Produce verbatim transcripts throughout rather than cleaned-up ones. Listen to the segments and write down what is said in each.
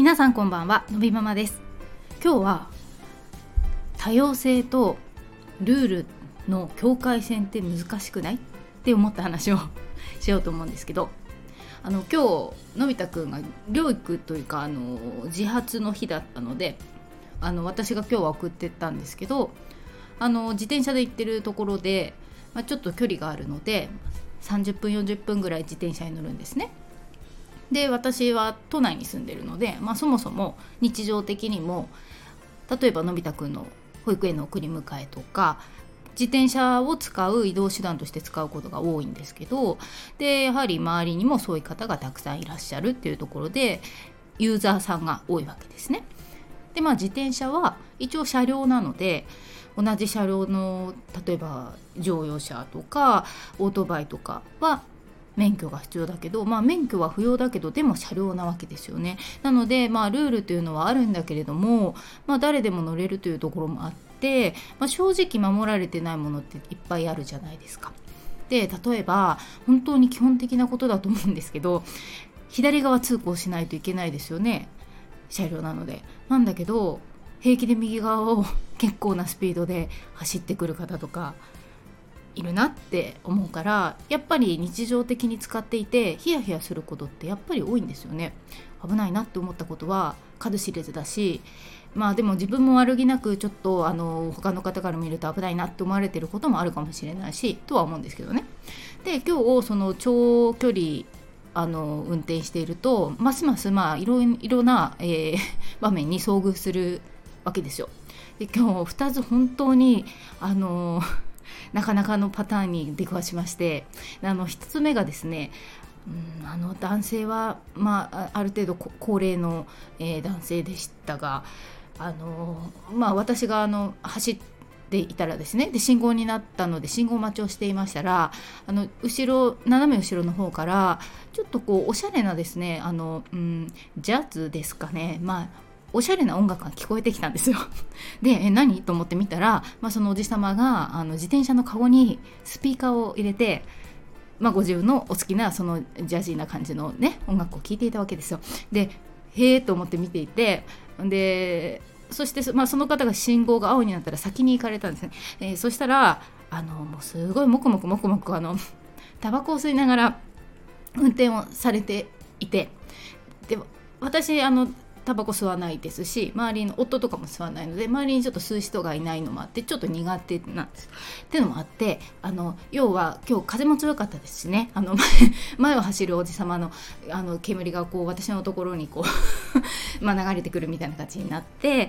皆さんこんばんは、のびママです。今日は多様性とルールの境界線って難しくないって思った話をしようと思うんですけど、あの今日のび太くんが療育というかあの自発の日だったので、あの私が今日は送ってったんですけど、あの自転車で行ってるところで、まあ、ちょっと距離があるのでさんじゅっぷんよんじゅっぷんぐらい自転車に乗るんですね。で私は都内に住んでるので、まあ、そもそも日常的にも例えばのび太くんの保育園の送り迎えとか自転車を使う移動手段として使うことが多いんですけど、でやはり周りにもそういう方がたくさんいらっしゃるっていうところでユーザーさんが多いわけですね。でまあ自転車は一応車両なので、同じ車両の例えば乗用車とかオートバイとかは免許が必要だけど、まあ、免許は不要だけどでも車両なわけですよね。なので、まあ、ルールというのはあるんだけれども、まあ、誰でも乗れるというところもあって、まあ、正直守られてないものっていっぱいあるじゃないですか。で例えば本当に基本的なことだと思うんですけど、左側通行しないといけないですよね、車両なので。なんだけど平気で右側を結構なスピードで走ってくる方とかいるなって思うから、やっぱり日常的に使っていてヒヤヒヤすることってやっぱり多いんですよね。危ないなって思ったことは数知れずだし、まあでも自分も悪気なくちょっとあの他の方から見ると危ないなって思われてることもあるかもしれないしとは思うんですけどね。で今日その長距離あの運転しているとますますまあいろいろな、えー、場面に遭遇するわけですよ。で今日ふたつ本当にあのなかなかのパターンに出くわしまして、あのひとつめがですね、うん、あの男性は、まあ、ある程度高齢の、えー、男性でしたが、あの、まあ、私があの走っていたらですね、で信号になったので信号待ちをしていましたら、あの後ろ斜め後ろの方からちょっとこうおしゃれなですね、あの、うん、ジャズですかね、まあおしゃれな音楽が聞こえてきたんですよ。でえ何と思って見たら、まあ、そのおじさまがあの自転車のカゴにスピーカーを入れて、まあ、ご自分のお好きなそのジャジーな感じの、ね、音楽を聴いていたわけですよ。でへーと思って見ていて、でそして、まあ、その方が信号が青になったら先に行かれたんですね。えー、そしたらあのもうすごいもくもくもくもくあのタバコを吸いながら運転をされていて、で私あのタバコ吸わないですし、周りの夫とかも吸わないので、周りにちょっと吸う人がいないのもあってちょっと苦手なんですっていうのもあって、あの要は今日風も強かったですしね、あの 前, 前を走るおじさまのあの煙がこう私のところにこうまあ流れてくるみたいな感じになって、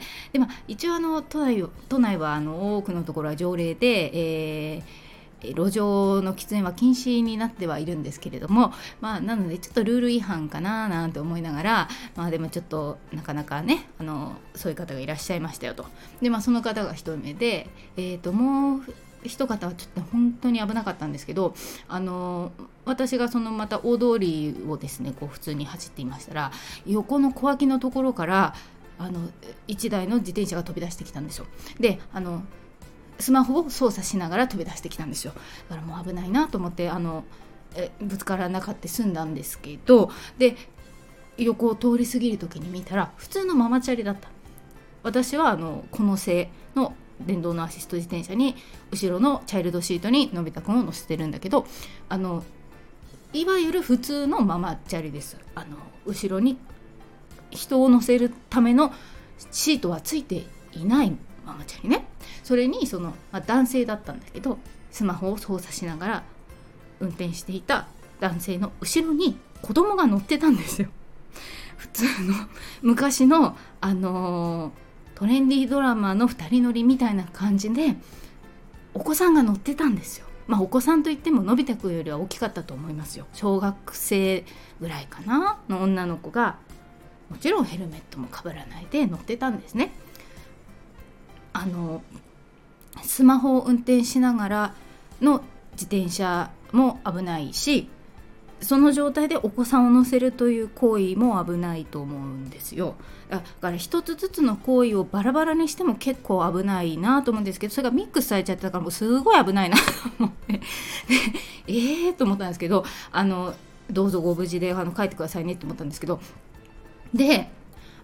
で、まあ、一応あの都内都内はあの多くのところは条例で、えー路上の喫煙は禁止になってはいるんですけれども、まあ、なのでちょっとルール違反かななんて思いながら、まあ、でもちょっとなかなかね、あのそういう方がいらっしゃいましたよと。で、まあ、その方が一目で、えーと、もう一方はちょっと本当に危なかったんですけど、あの私がそのまた大通りをですねこう普通に走っていましたら、横の小脇のところからあのいちだいの自転車が飛び出してきたんですよ。であのスマホを操作しながら飛び出してきたんですよ。だからもう危ないなと思ってあのえぶつからなかった済んだんですけど、で横を通り過ぎる時に見たら普通のママチャリだった。私はあのこの製の電動のアシスト自転車に後ろのチャイルドシートにのび太くんを乗せてるんだけど、あのいわゆる普通のママチャリです。あの後ろに人を乗せるためのシートはついていないママチャリね。それにその、まあ、男性だったんだけどスマホを操作しながら運転していた男性の後ろに子供が乗ってたんですよ。普通の昔の、あのー、トレンディードラマのふたり乗りみたいな感じでお子さんが乗ってたんですよ。まあお子さんといってものび太くんよりは大きかったと思いますよ。小学生ぐらいかなの女の子がもちろんヘルメットもかぶらないで乗ってたんですね。あのスマホを運転しながらの自転車も危ないし、その状態でお子さんを乗せるという行為も危ないと思うんですよ。だから一つずつの行為をバラバラにしても結構危ないなと思うんですけど、それがミックスされちゃってたからもうすごい危ないなと思ってえーと思ったんですけど、あのどうぞご無事であの帰ってくださいねって思ったんですけど、で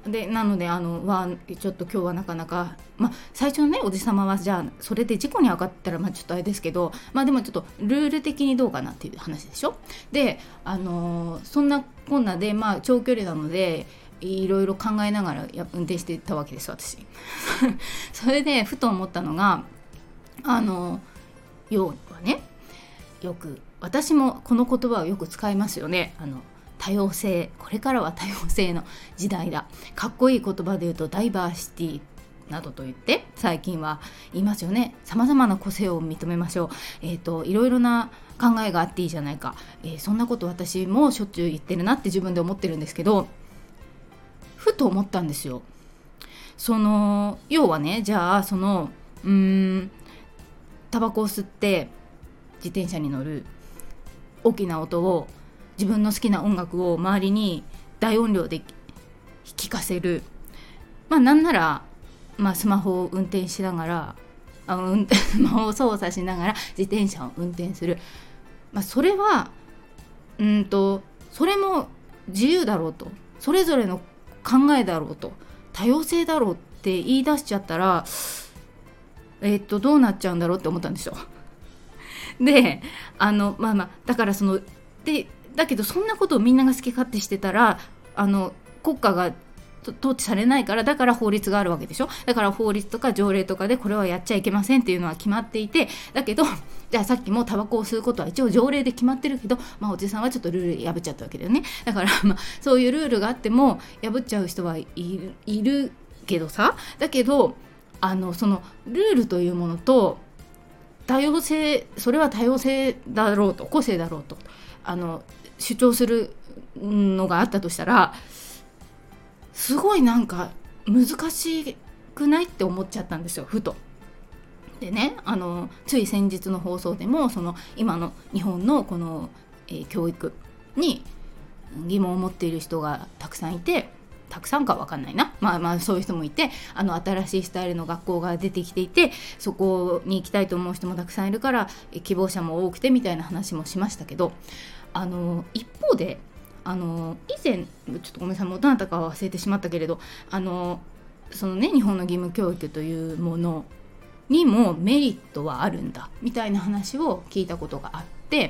でなのであのはちょっと今日はなかなか、まあ、最初のねおじさまはじゃあそれで事故に遭ったらまあちょっとあれですけど、まあでもちょっとルール的にどうかなっていう話でしょ。で、あのーそんなこんなで、まあ、長距離なのでいろいろ考えながらや運転してたわけです私それでふと思ったのが、あの要はね、よく私もこの言葉をよく使いますよね。あの多様性、これからは多様性の時代だ、かっこいい言葉で言うとダイバーシティなどと言って最近は言いますよね。さまざまな個性を認めましょう、えーと、いろいろな考えがあっていいじゃないか、えー、そんなこと私もしょっちゅう言ってるなって自分で思ってるんですけど、ふと思ったんですよ。その要はね、じゃあそのうーんタバコを吸って自転車に乗る、大きな音を、自分の好きな音楽を周りに大音量で聞かせる、まあなんなら、まあ、スマホを運転しながらあ、うん、スマホを操作しながら自転車を運転する、まあ、それはうんとそれも自由だろうと、それぞれの考えだろうと、多様性だろうって言い出しちゃったら、えー、っとどうなっちゃうんだろうって思ったんですよ。で、あのまあまあだからそのでだけどそんなことをみんなが好き勝手してたら、あの国家が統治されないから、だから法律があるわけでしょ。だから法律とか条例とかでこれはやっちゃいけませんっていうのは決まっていて、だけどじゃあさっきもタバコを吸うことは一応条例で決まってるけど、まあ、おじさんはちょっとルール破っちゃったわけだよね。だから、まあ、そういうルールがあっても破っちゃう人はいる、いるけどさ、だけどあのそのルールというものと多様性、それは多様性だろうと、個性だろうとあの主張するのがあったとしたら、すごいなんか難しくないって思っちゃったんですよ、ふと。でね、あのつい先日の放送でもその今の日本のこの、えー、教育に疑問を持っている人がたくさんいて、たくさんか分かんないな、まあまあそういう人もいて、あの新しいスタイルの学校が出てきていて、そこに行きたいと思う人もたくさんいるから希望者も多くてみたいな話もしましたけど、あの一方であの以前ちょっとごめんなさい、もうどなたかは忘れてしまったけれど、あのそのね日本の義務教育というものにもメリットはあるんだみたいな話を聞いたことがあって、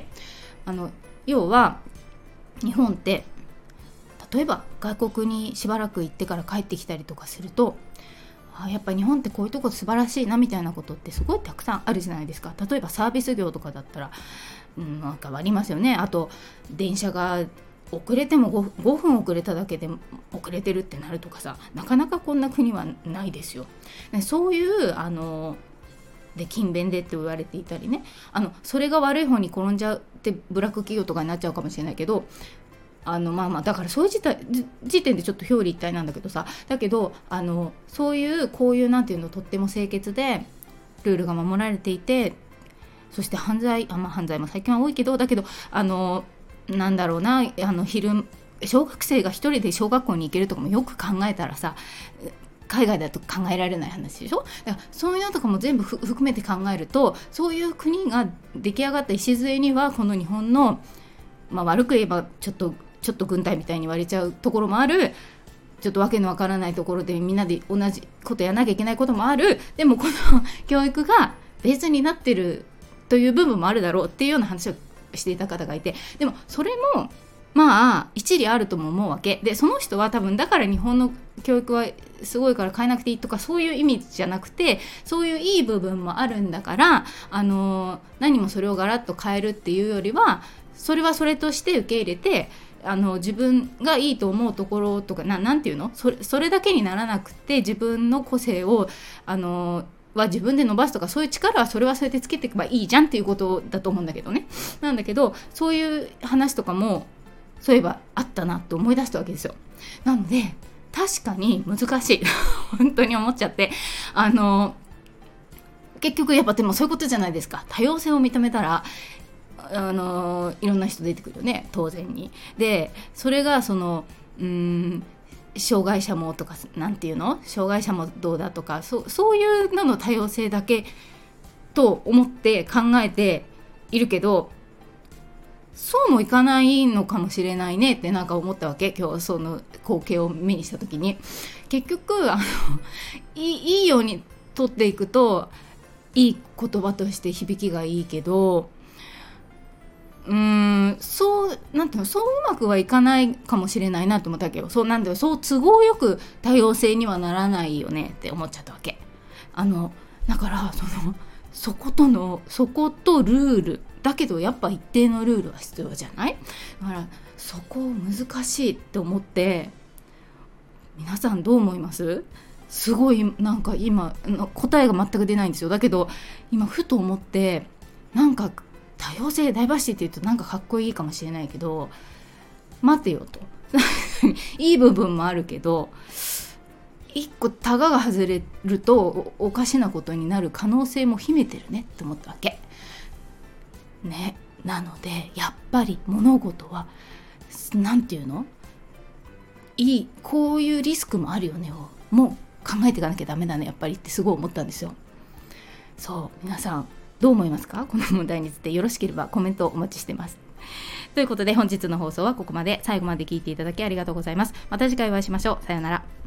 あの要は日本って例えば外国にしばらく行ってから帰ってきたりとかすると、あやっぱ日本ってこういうとこ素晴らしいなみたいなことってすごいたくさんあるじゃないですか。例えばサービス業とかだったら、うん、なんかありますよね。あと電車が遅れても 5, ごふん遅れただけで遅れてるってなるとかさ、なかなかこんな国はないですよ。そういうあので勤勉でって言われていたりね、あのそれが悪い方に転んじゃってブラック企業とかになっちゃうかもしれないけど、あのまあまあだからそういう時時点でちょっと表裏一体なんだけどさ、だけどあのそういうこういうなんていうのとっても清潔でルールが守られていて、そして犯罪あ、まあ、犯罪も最近は多いけど、だけどあのなんだろうな、あの昼小学生が一人で小学校に行けるとかもよく考えたらさ、海外だと考えられない話でしょ。だからそういうのとかも全部含めて考えると、そういう国が出来上がった礎にはこの日本の、まあ、悪く言えばちょっとちょっと軍隊みたいに言われちゃうところもある、ちょっとわけのわからないところでみんなで同じことやらなきゃいけないこともある、でもこの教育がベースになってるという部分もあるだろうっていうような話をしていた方がいて、でもそれもまあ一理あるとも思うわけで、その人は多分だから日本の教育はすごいから変えなくていいとかそういう意味じゃなくて、そういういい部分もあるんだから、あの何もそれをガラッと変えるっていうよりは、それはそれとして受け入れて、あの自分がいいと思うところとか な, なんていうの それ, それだけにならなくて、自分の個性をあのは自分で伸ばすとか、そういう力はそれはそれでつけていけばいいじゃんっていうことだと思うんだけどね。なんだけどそういう話とかもそういえばあったなと思い出したわけですよ。なので確かに難しい本当に思っちゃって、あの結局やっぱでもそういうことじゃないですか。多様性を認めたらあのいろんな人出てくるよね、当然に。でそれがそのうーん障害者もとかなんていうの、障害者もどうだとか、 そ, そういうのの多様性だけと思って考えているけど、 そうもいかないのかもしれないねってなんか思ったわけ。今日その光景を目にした時に、結局あのいい、いいように取っていくといい言葉として響きがいいけど、うーんそうなんていうの、そううまくはいかないかもしれないなと思ったわけよ。そうなんだよ、そう都合よく多様性にはならないよねって思っちゃったわけ。あのだからそのそことのそことルールだけど、やっぱ一定のルールは必要じゃない。だからそこ難しいって思って、皆さんどう思います？すごいなんか今答えが全く出ないんですよ。だけど今ふと思って、なんか多様性ダイバーシティって言うとなんかかっこいいかもしれないけど、待てよといい部分もあるけど、一個タガが外れるとおかしなことになる可能性も秘めてるねって思ったわけね。なのでやっぱり物事はなんていうの、いいこういうリスクもあるよねをもう考えていかなきゃダメだねやっぱりってすごい思ったんですよ。そう皆さんどう思いますか？この問題についてよろしければコメントをお待ちしてます。ということで本日の放送はここまで。最後まで聞いていただきありがとうございます。また次回お会いしましょう。さようなら。